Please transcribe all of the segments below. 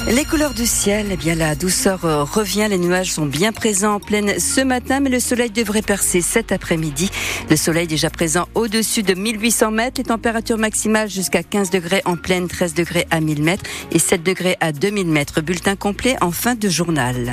Les couleurs du ciel, la douceur revient. Les nuages sont bien présents en plaine ce matin, mais le soleil devrait percer cet après-midi. Le soleil déjà présent au-dessus de 1800 mètres. Les températures maximales jusqu'à 15 degrés en plaine, 13 degrés à 1000 mètres et 7 degrés à 2000 mètres. Bulletin complet en fin de journal.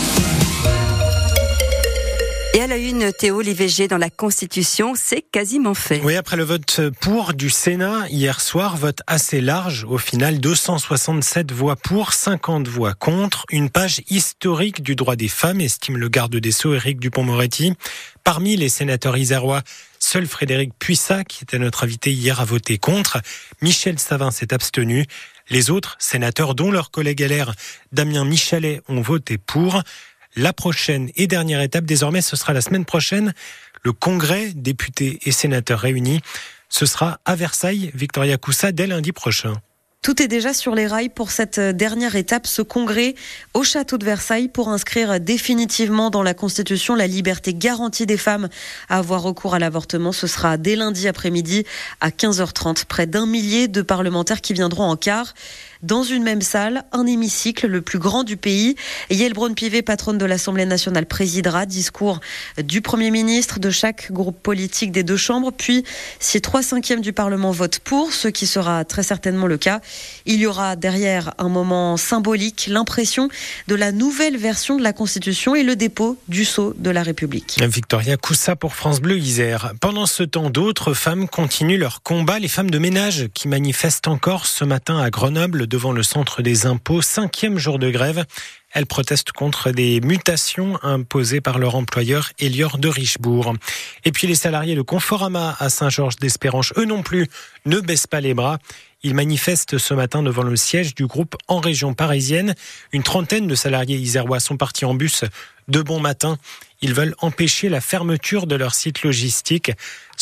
Et à la une, Théo, l'IVG dans la Constitution, c'est quasiment fait. Oui, après le vote pour du Sénat hier soir, vote assez large. Au final, 267 voix pour, 50 voix contre. Une page historique du droit des femmes, estime le garde des Sceaux, Éric Dupond-Moretti. Parmi les sénateurs isérois, seul Frédéric Puissat, qui était notre invité hier, a voté contre. Michel Savin s'est abstenu. Les autres sénateurs, dont leur collègue LR, Damien Michalet, ont voté pour. La prochaine et dernière étape, désormais, ce sera la semaine prochaine. Le congrès, députés et sénateurs réunis, ce sera à Versailles, Victoria Coussa, dès lundi prochain. Tout est déjà sur les rails pour cette dernière étape, ce congrès au château de Versailles pour inscrire définitivement dans la Constitution la liberté garantie des femmes à avoir recours à l'avortement. Ce sera dès lundi après-midi à 15h30. Près d'1 millier de parlementaires qui viendront en quart. Dans une même salle, un hémicycle, le plus grand du pays. Yael Braun-Pivet, patronne de l'Assemblée nationale, présidera. Discours du Premier ministre, de chaque groupe politique des deux chambres. Puis, si 3/5 du Parlement vote pour, ce qui sera très certainement le cas, il y aura derrière un moment symbolique, l'impression de la nouvelle version de la Constitution et le dépôt du sceau de la République. Victoria Coussa pour France Bleu Isère. Pendant ce temps, d'autres femmes continuent leur combat. Les femmes de ménage qui manifestent encore ce matin à Grenoble devant le centre des impôts, 5e jour de grève. Elles protestent contre des mutations imposées par leur employeur Elior de Richebourg. Et puis les salariés de Conforama à Saint-Georges-d'Espéranche, eux non plus, ne baissent pas les bras. Ils manifestent ce matin devant le siège du groupe en région parisienne. Une trentaine de salariés isérois sont partis en bus de bon matin. Ils veulent empêcher la fermeture de leur site logistique.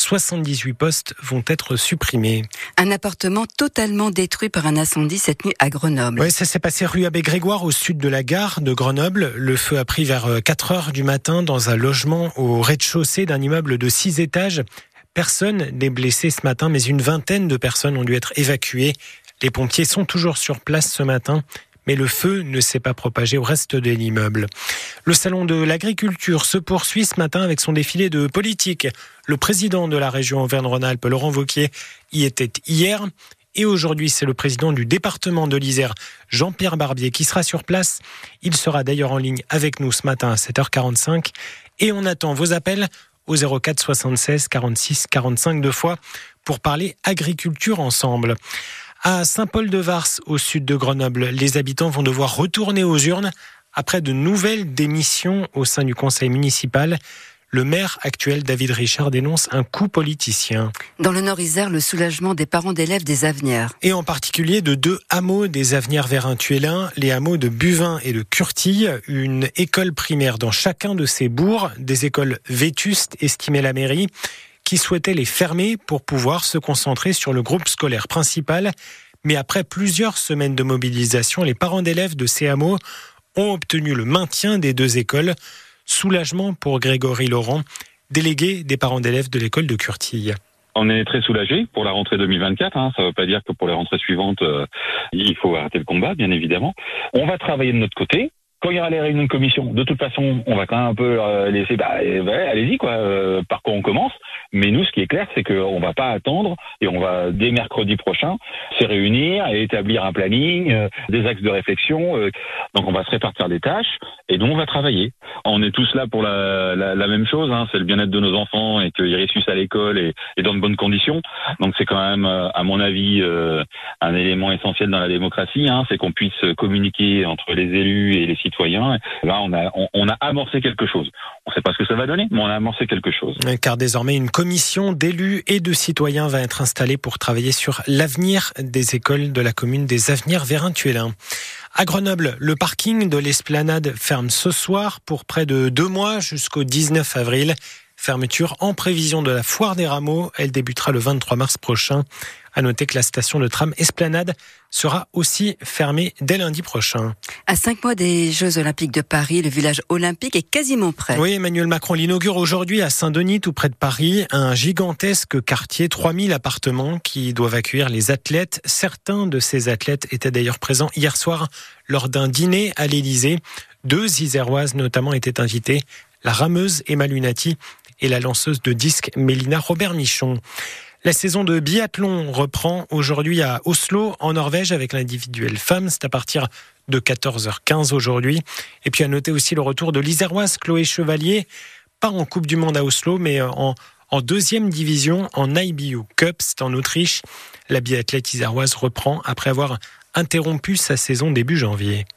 78 postes vont être supprimés. Un appartement totalement détruit par un incendie cette nuit à Grenoble. Oui, ça s'est passé rue Abbé Grégoire, au sud de la gare de Grenoble. Le feu a pris vers 4 heures du matin dans un logement au rez-de-chaussée d'un immeuble de 6 étages. Personne n'est blessé ce matin, mais une vingtaine de personnes ont dû être évacuées. Les pompiers sont toujours sur place ce matin, mais le feu ne s'est pas propagé au reste de l'immeuble. Le salon de l'agriculture se poursuit ce matin avec son défilé de politique. Le président de la région Auvergne-Rhône-Alpes, Laurent Wauquiez, y était hier. Et aujourd'hui, c'est le président du département de l'Isère, Jean-Pierre Barbier, qui sera sur place. Il sera d'ailleurs en ligne avec nous ce matin à 7h45. Et on attend vos appels au 04 76 46 45 2 fois pour parler agriculture ensemble. À Saint-Paul-de-Vars, au sud de Grenoble, les habitants vont devoir retourner aux urnes après de nouvelles démissions au sein du conseil municipal. Le maire actuel, David Richard, dénonce un coup politicien. Dans le Nord-Isère, le soulagement des parents d'élèves des Avenières. Et en particulier de 2 hameaux des Avenières Vérin-Tuélin, les hameaux de Buvin et de Curtille. Une école primaire dans chacun de ces bourgs, des écoles vétustes, estimait la mairie, qui souhaitait les fermer pour pouvoir se concentrer sur le groupe scolaire principal. Mais après plusieurs semaines de mobilisation, les parents d'élèves de ces hameaux ont obtenu le maintien des 2 écoles. Soulagement pour Grégory Laurent, délégué des parents d'élèves de l'école de Curtille. On est très soulagés pour la rentrée 2024. Ça ne veut pas dire que pour les rentrées suivantes, il faut arrêter le combat, bien évidemment. On va travailler de notre côté. Quand il y aura les réunions de commission, de toute façon, on va quand même un peu laisser, allez-y, par quoi on commence. Mais nous, ce qui est clair, c'est qu'on va pas attendre et on va, dès mercredi prochain, se réunir et établir un planning, des axes de réflexion. Donc, on va se répartir des tâches et nous, on va travailler. On est tous là pour la même chose, c'est le bien-être de nos enfants et qu'ils réussissent à l'école et dans de bonnes conditions. Donc, c'est quand même, à mon avis, un élément essentiel dans la démocratie, c'est qu'on puisse communiquer entre les élus et les citoyens. Là, on a amorcé quelque chose. On ne sait pas ce que ça va donner, mais on a amorcé quelque chose. Car désormais, une commission d'élus et de citoyens va être installée pour travailler sur l'avenir des écoles de la commune des Avenières Vérin-Tuélin. À Grenoble, le parking de l'Esplanade ferme ce soir pour près de 2 mois jusqu'au 19 avril. Fermeture en prévision de la foire des rameaux. Elle débutera le 23 mars prochain. À noter que la station de tram Esplanade sera aussi fermée dès lundi prochain. À 5 mois des Jeux Olympiques de Paris, le village olympique est quasiment prêt. Oui, Emmanuel Macron l'inaugure aujourd'hui à Saint-Denis, tout près de Paris, un gigantesque quartier, 3000 appartements qui doivent accueillir les athlètes. Certains de ces athlètes étaient d'ailleurs présents hier soir lors d'un dîner à l'Élysée. 2 Iséroises notamment étaient invitées, la rameuse Emma Lunati et la lanceuse de disques Mélina Robert-Michon. La saison de biathlon reprend aujourd'hui à Oslo, en Norvège, avec l'individuel femme. C'est à partir de 14h15 aujourd'hui. Et puis à noter aussi le retour de l'Iséroise Chloé Chevalier, pas en Coupe du Monde à Oslo, mais en 2e division en IBU Cup, c'est en Autriche. La biathlète iséroise reprend après avoir interrompu sa saison début janvier.